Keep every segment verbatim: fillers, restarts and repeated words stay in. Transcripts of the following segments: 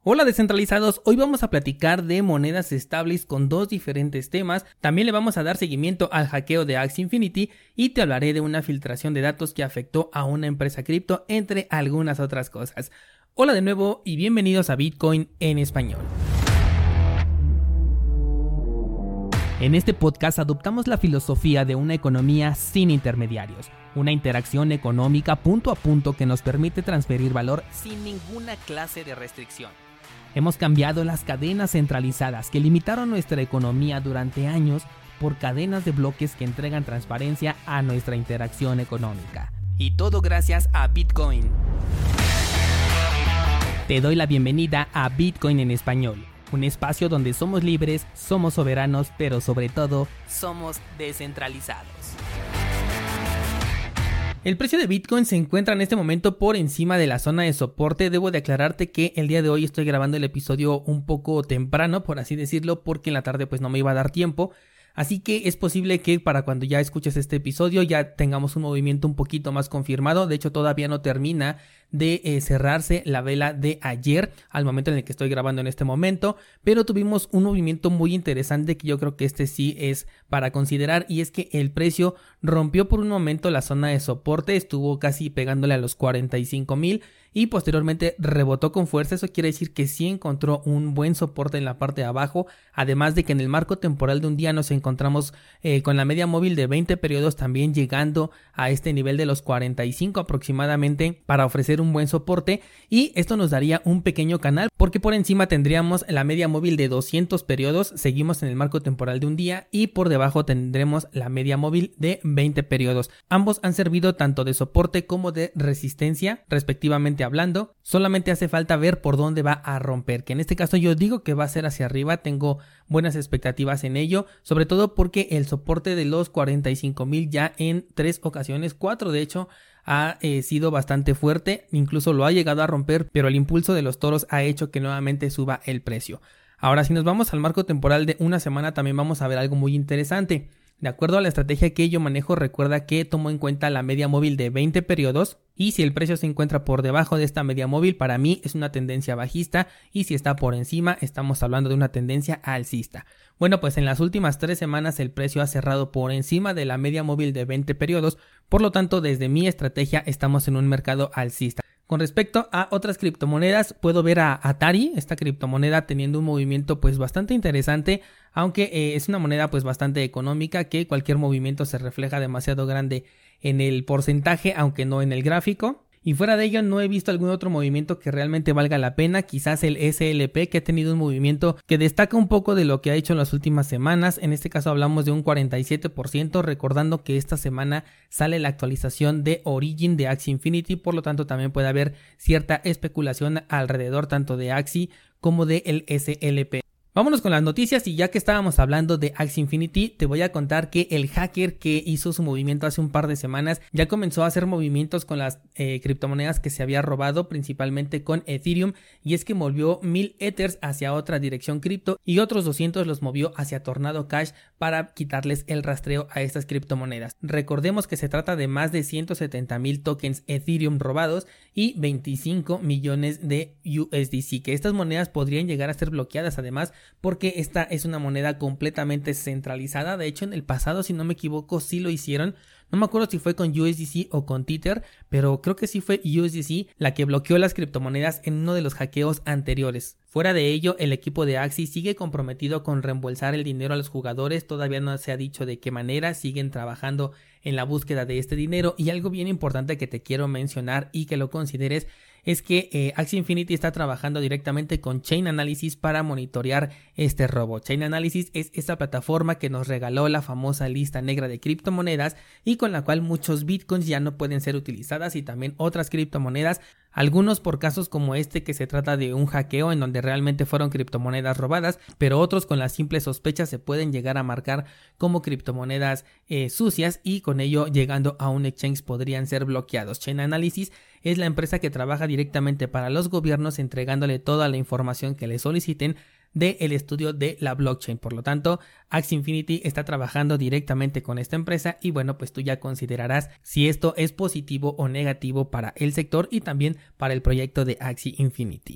Hola descentralizados, hoy vamos a platicar de monedas estables con dos diferentes temas. También le vamos a dar seguimiento al hackeo de Axie Infinity y te hablaré de una filtración de datos que afectó a una empresa cripto, entre algunas otras cosas. Hola de nuevo y bienvenidos a Bitcoin en español. En este podcast adoptamos la filosofía de una economía sin intermediarios, una interacción económica punto a punto que nos permite transferir valor sin ninguna clase de restricción. Hemos cambiado las cadenas centralizadas que limitaron nuestra economía durante años por cadenas de bloques que entregan transparencia a nuestra interacción económica. Y todo gracias a Bitcoin. Te doy la bienvenida a Bitcoin en español, un espacio donde somos libres, somos soberanos, pero sobre todo somos descentralizados. El precio de Bitcoin se encuentra en este momento por encima de la zona de soporte. Debo de aclararte que el día de hoy estoy grabando el episodio un poco temprano, por así decirlo, porque en la tarde pues no me iba a dar tiempo. Así que es posible que para cuando ya escuches este episodio ya tengamos un movimiento un poquito más confirmado. De hecho, todavía no termina de eh, cerrarse la vela de ayer al momento en el que estoy grabando en este momento, pero tuvimos un movimiento muy interesante que yo creo que este sí es para considerar, y es que el precio rompió por un momento la zona de soporte, estuvo casi pegándole a los cuarenta y cinco mil y posteriormente rebotó con fuerza. Eso quiere decir que sí encontró un buen soporte en la parte de abajo, además de que en el marco temporal de un día nos encontramos eh, con la media móvil de veinte periodos también llegando a este nivel de los cuarenta y cinco aproximadamente para ofrecer un buen soporte, y esto nos daría un pequeño canal porque por encima tendríamos la media móvil de doscientos periodos, seguimos en el marco temporal de un día, y por debajo tendremos la media móvil de veinte periodos. Ambos han servido tanto de soporte como de resistencia respectivamente hablando. Solamente hace falta ver por dónde va a romper, que en este caso yo digo que va a ser hacia arriba. Tengo buenas expectativas en ello, sobre todo porque el soporte de los cuarenta y cinco mil ya en tres ocasiones, cuatro de hecho, ha eh, sido bastante fuerte, incluso lo ha llegado a romper, pero el impulso de los toros ha hecho que nuevamente suba el precio. Ahora, si nos vamos al marco temporal de una semana, también vamos a ver algo muy interesante. De acuerdo a la estrategia que yo manejo, recuerda que tomo en cuenta la media móvil de veinte periodos, y si el precio se encuentra por debajo de esta media móvil, para mí es una tendencia bajista, y si está por encima estamos hablando de una tendencia alcista. Bueno, pues en las últimas tres semanas el precio ha cerrado por encima de la media móvil de veinte periodos, por lo tanto desde mi estrategia estamos en un mercado alcista. Con respecto a otras criptomonedas, puedo ver a Atari, esta criptomoneda teniendo un movimiento pues bastante interesante, aunque eh, es una moneda pues bastante económica, que cualquier movimiento se refleja demasiado grande en el porcentaje, aunque no en el gráfico. Y fuera de ello no he visto algún otro movimiento que realmente valga la pena, quizás el S L P, que ha tenido un movimiento que destaca un poco de lo que ha hecho en las últimas semanas. En este caso hablamos de un cuarenta y siete por ciento, recordando que esta semana sale la actualización de Origin de Axie Infinity, por lo tanto también puede haber cierta especulación alrededor tanto de Axie como de el S L P. Vámonos con las noticias, y ya que estábamos hablando de Axie Infinity, te voy a contar que el hacker que hizo su movimiento hace un par de semanas ya comenzó a hacer movimientos con las eh, criptomonedas que se había robado, principalmente con Ethereum, y es que movió mil Ethers hacia otra dirección cripto y otros doscientos los movió hacia Tornado Cash para quitarles el rastreo a estas criptomonedas. Recordemos que se trata de más de ciento setenta mil tokens Ethereum robados y veinticinco millones de U S D C, que estas monedas podrían llegar a ser bloqueadas además, porque esta es una moneda completamente centralizada. De hecho, en el pasado, si no me equivoco, sí lo hicieron. No me acuerdo si fue con U S D C o con Tether, pero creo que sí fue U S D C la que bloqueó las criptomonedas en uno de los hackeos anteriores. Fuera de ello, el equipo de Axie sigue comprometido con reembolsar el dinero a los jugadores. Todavía no se ha dicho de qué manera, siguen trabajando en la búsqueda de este dinero. Y algo bien importante que te quiero mencionar y que lo consideres es que eh, Axie Infinity está trabajando directamente con Chain Analysis para monitorear este robo. Chain Analysis es esta plataforma que nos regaló la famosa lista negra de criptomonedas y con la cual muchos bitcoins ya no pueden ser utilizadas, y también otras criptomonedas, algunos por casos como este que se trata de un hackeo en donde realmente fueron criptomonedas robadas, pero otros con la simple sospecha se pueden llegar a marcar como criptomonedas eh, sucias, y con ello llegando a un exchange podrían ser bloqueados. Chain Analysis es la empresa que trabaja directamente para los gobiernos, entregándole toda la información que le soliciten del estudio de la blockchain. Por lo tanto, Axie Infinity está trabajando directamente con esta empresa, y bueno, pues tú ya considerarás si esto es positivo o negativo para el sector y también para el proyecto de Axie Infinity.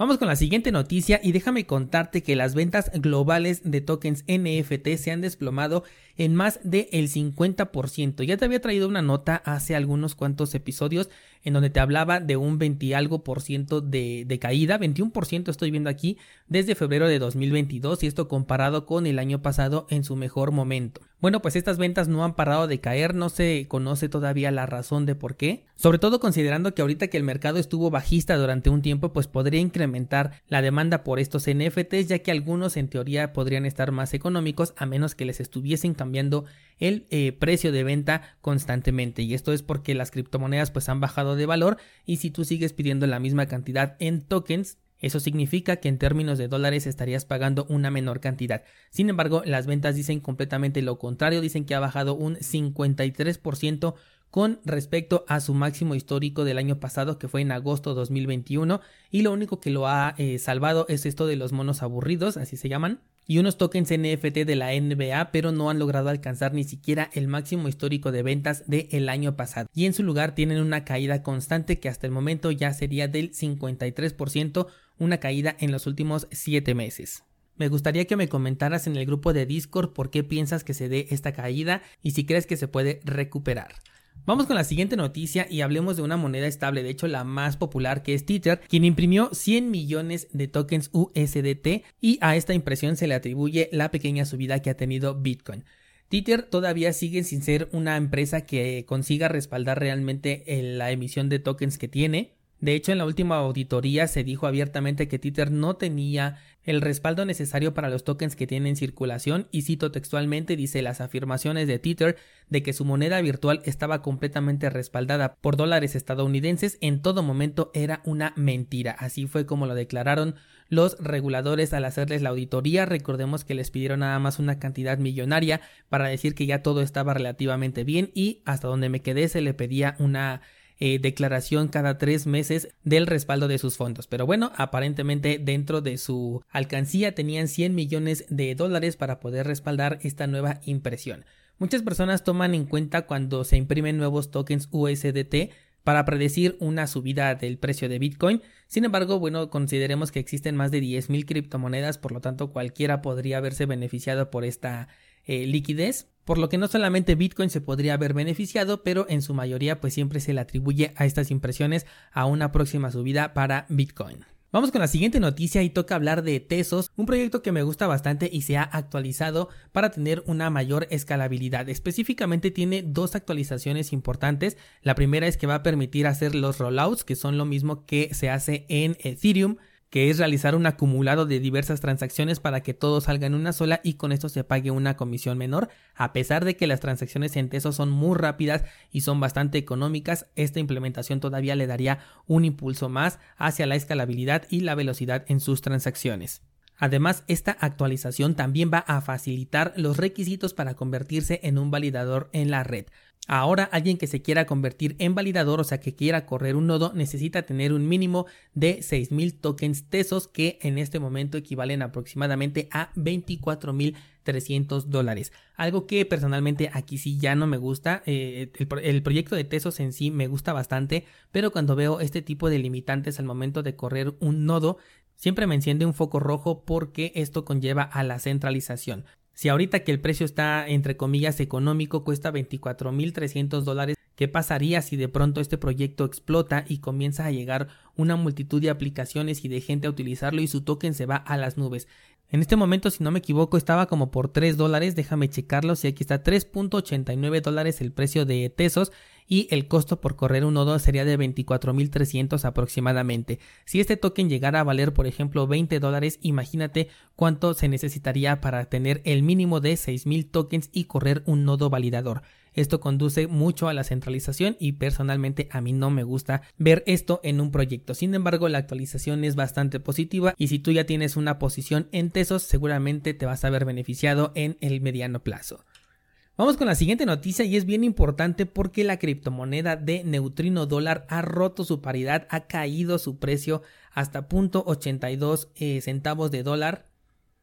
Vamos con la siguiente noticia y déjame contarte que las ventas globales de tokens N F T se han desplomado en más del cincuenta por ciento. Ya te había traído una nota hace algunos cuantos episodios en donde te hablaba de un veinte y algo por ciento de, de caída, veintiuno por ciento estoy viendo aquí desde febrero de dos mil veintidós y esto comparado con el año pasado en su mejor momento. Bueno, pues estas ventas no han parado de caer, no se conoce todavía la razón de por qué, sobre todo considerando que ahorita que el mercado estuvo bajista durante un tiempo, pues podría incrementar la demanda por estos N F Ts, ya que algunos en teoría podrían estar más económicos a menos que les estuviesen cambiando el eh, precio de venta constantemente, y esto es porque las criptomonedas pues han bajado de valor y si tú sigues pidiendo la misma cantidad en tokens, eso significa que en términos de dólares estarías pagando una menor cantidad. Sin embargo, las ventas dicen completamente lo contrario, dicen que ha bajado un cincuenta y tres por ciento con respecto a su máximo histórico del año pasado, que fue en agosto de dos mil veintiuno, y lo único que lo ha eh, salvado es esto de los monos aburridos, así se llaman, y unos tokens N F T de la N B A, pero no han logrado alcanzar ni siquiera el máximo histórico de ventas del año pasado, y en su lugar tienen una caída constante que hasta el momento ya sería del cincuenta y tres por ciento, una caída en los últimos siete meses. Me gustaría que me comentaras en el grupo de Discord por qué piensas que se dé esta caída y si crees que se puede recuperar. Vamos con la siguiente noticia y hablemos de una moneda estable, de hecho la más popular, que es Tether, quien imprimió cien millones de tokens U S D T y a esta impresión se le atribuye la pequeña subida que ha tenido Bitcoin. Tether todavía sigue sin ser una empresa que consiga respaldar realmente la emisión de tokens que tiene. De hecho, en la última auditoría se dijo abiertamente que Tether no tenía el respaldo necesario para los tokens que tiene en circulación y cito textualmente, dice: las afirmaciones de Tether de que su moneda virtual estaba completamente respaldada por dólares estadounidenses en todo momento era una mentira. Así fue como lo declararon los reguladores al hacerles la auditoría. Recordemos que les pidieron nada más una cantidad millonaria para decir que ya todo estaba relativamente bien y hasta donde me quedé se le pedía una Eh, declaración cada tres meses del respaldo de sus fondos. Pero bueno, aparentemente dentro de su alcancía tenían cien millones de dólares para poder respaldar esta nueva impresión. Muchas personas toman en cuenta cuando se imprimen nuevos tokens U S D T para predecir una subida del precio de Bitcoin. Sin embargo, bueno, consideremos que existen más de diez mil criptomonedas, por lo tanto cualquiera podría haberse beneficiado por esta eh, liquidez. Por lo que no solamente Bitcoin se podría haber beneficiado, pero en su mayoría pues siempre se le atribuye a estas impresiones a una próxima subida para Bitcoin. Vamos con la siguiente noticia y toca hablar de Tezos, un proyecto que me gusta bastante y se ha actualizado para tener una mayor escalabilidad. Específicamente tiene dos actualizaciones importantes. La primera es que va a permitir hacer los rollouts, que son lo mismo que se hace en Ethereum, que es realizar un acumulado de diversas transacciones para que todo salga en una sola y con esto se pague una comisión menor. A pesar de que las transacciones en Tezos son muy rápidas y son bastante económicas, esta implementación todavía le daría un impulso más hacia la escalabilidad y la velocidad en sus transacciones. Además, esta actualización también va a facilitar los requisitos para convertirse en un validador en la red. Ahora, alguien que se quiera convertir en validador, o sea que quiera correr un nodo, necesita tener un mínimo de seis mil tokens Tezos, que en este momento equivalen aproximadamente a veinticuatro mil trescientos dólares. Algo que personalmente aquí sí ya no me gusta. Eh, el, el proyecto de Tezos en sí me gusta bastante, pero cuando veo este tipo de limitantes al momento de correr un nodo, siempre me enciende un foco rojo porque esto conlleva a la centralización. Si ahorita que el precio está entre comillas económico cuesta veinticuatro mil trescientos dólares, ¿qué pasaría si de pronto este proyecto explota y comienza a llegar una multitud de aplicaciones y de gente a utilizarlo y su token se va a las nubes? En este momento, si no me equivoco, estaba como por tres dólares, déjame checarlo, si aquí está tres punto ochenta y nueve dólares el precio de Tezos y el costo por correr un nodo sería de veinticuatro mil trescientos aproximadamente. Si este token llegara a valer, por ejemplo, veinte dólares, imagínate cuánto se necesitaría para tener el mínimo de seis mil tokens y correr un nodo validador. Esto conduce mucho a la centralización y personalmente a mí no me gusta ver esto en un proyecto. Sin embargo, la actualización es bastante positiva y si tú ya tienes una posición en Tezos, seguramente te vas a ver beneficiado en el mediano plazo. Vamos con la siguiente noticia y es bien importante porque la criptomoneda de Neutrino Dólar ha roto su paridad, ha caído su precio hasta cero punto ochenta y dos eh, centavos de dólar.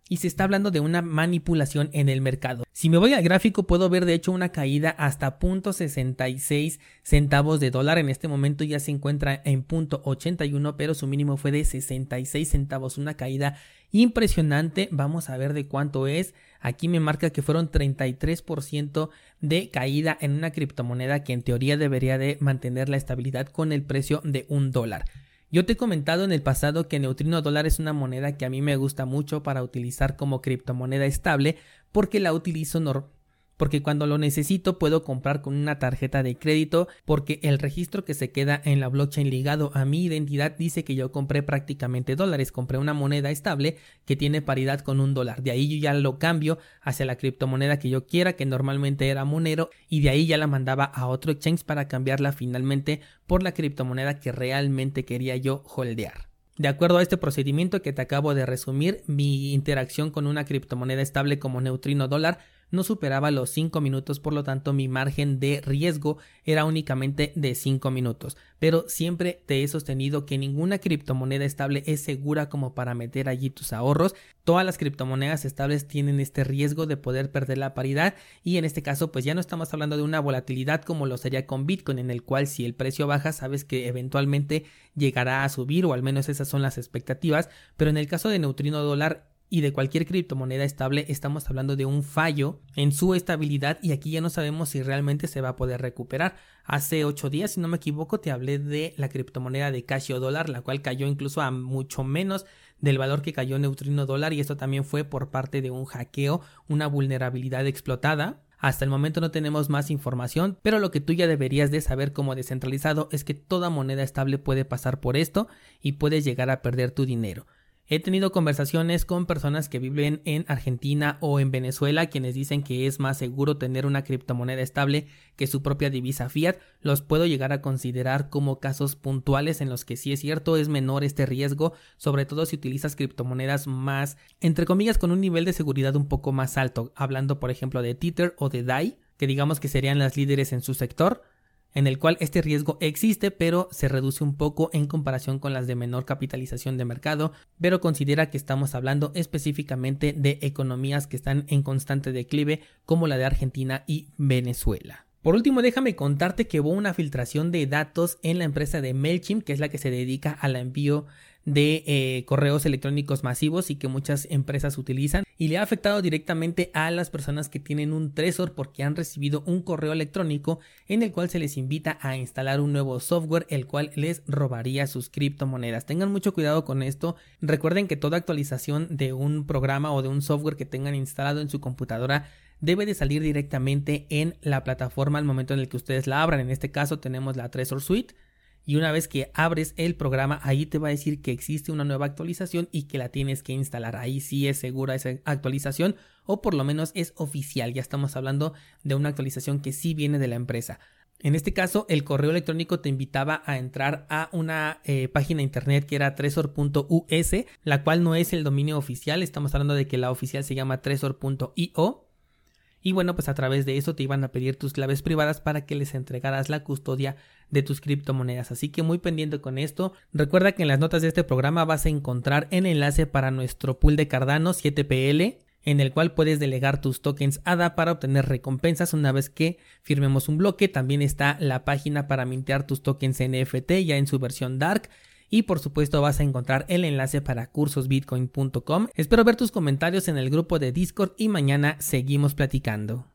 y se está hablando de una manipulación en el mercado. Si me voy al gráfico puedo ver de hecho una caída hasta cero punto sesenta y seis centavos de dólar. En este momento ya se encuentra en punto ochenta y uno, pero su mínimo fue de sesenta y seis centavos, una caída impresionante. Vamos a ver de cuánto es. Aquí me marca que fueron treinta y tres por ciento de caída en una criptomoneda que en teoría debería de mantener la estabilidad con el precio de un dólar. Yo te he comentado en el pasado que Neutrino Dólar es una moneda que a mí me gusta mucho para utilizar como criptomoneda estable porque la utilizo normal. Porque cuando lo necesito puedo comprar con una tarjeta de crédito, porque el registro que se queda en la blockchain ligado a mi identidad dice que yo compré prácticamente dólares, compré una moneda estable que tiene paridad con un dólar. De ahí yo ya lo cambio hacia la criptomoneda que yo quiera, que normalmente era Monero, y de ahí ya la mandaba a otro exchange para cambiarla finalmente por la criptomoneda que realmente quería yo holdear. De acuerdo a este procedimiento que te acabo de resumir, mi interacción con una criptomoneda estable como Neutrino Dólar no superaba los cinco minutos, por lo tanto mi margen de riesgo era únicamente de cinco minutos. Pero siempre te he sostenido que ninguna criptomoneda estable es segura como para meter allí tus ahorros. Todas las criptomonedas estables tienen este riesgo de poder perder la paridad, y en este caso pues ya no estamos hablando de una volatilidad como lo sería con Bitcoin, en el cual si el precio baja sabes que eventualmente llegará a subir, o al menos esas son las expectativas. Pero en el caso de Neutrino Dólar y de cualquier criptomoneda estable estamos hablando de un fallo en su estabilidad, y aquí ya no sabemos si realmente se va a poder recuperar. Hace ocho días, si no me equivoco, te hablé de la criptomoneda de Casio Dólar, la cual cayó incluso a mucho menos del valor que cayó Neutrino Dólar, y esto también fue por parte de un hackeo, una vulnerabilidad explotada. Hasta el momento no tenemos más información, pero lo que tú ya deberías de saber como descentralizado es que toda moneda estable puede pasar por esto y puedes llegar a perder tu dinero. He tenido conversaciones con personas que viven en Argentina o en Venezuela, quienes dicen que es más seguro tener una criptomoneda estable que su propia divisa fiat. Los puedo llegar a considerar como casos puntuales en los que sí es cierto, es menor este riesgo, sobre todo si utilizas criptomonedas más, entre comillas, con un nivel de seguridad un poco más alto, hablando por ejemplo de Tether o de D A I, que digamos que serían las líderes en su sector, en el cual este riesgo existe, pero se reduce un poco en comparación con las de menor capitalización de mercado, pero considera que estamos hablando específicamente de economías que están en constante declive como la de Argentina y Venezuela. Por último, déjame contarte que hubo una filtración de datos en la empresa de MailChimp, que es la que se dedica al envío de eh, correos electrónicos masivos y que muchas empresas utilizan, y le ha afectado directamente a las personas que tienen un Trezor porque han recibido un correo electrónico en el cual se les invita a instalar un nuevo software el cual les robaría sus criptomonedas. Tengan mucho cuidado con esto. Recuerden que toda actualización de un programa o de un software que tengan instalado en su computadora debe de salir directamente en la plataforma al momento en el que ustedes la abran. En este caso tenemos la Trezor Suite, y una vez que abres el programa, ahí te va a decir que existe una nueva actualización y que la tienes que instalar. Ahí sí es segura esa actualización, o por lo menos es oficial. Ya estamos hablando de una actualización que sí viene de la empresa. En este caso, el correo electrónico te invitaba a entrar a una eh, página internet que era trezor punto u ese, la cual no es el dominio oficial. Estamos hablando de que la oficial se llama trezor punto i o. Y bueno, pues a través de eso te iban a pedir tus claves privadas para que les entregaras la custodia de tus criptomonedas. Así que muy pendiente con esto. Recuerda que en las notas de este programa vas a encontrar el enlace para nuestro pool de Cardano siete P L, en el cual puedes delegar tus tokens A D A para obtener recompensas una vez que firmemos un bloque. También está la página para mintear tus tokens N F T ya en su versión Dark. Y por supuesto vas a encontrar el enlace para cursos bitcoin punto com. Espero ver tus comentarios en el grupo de Discord y mañana seguimos platicando.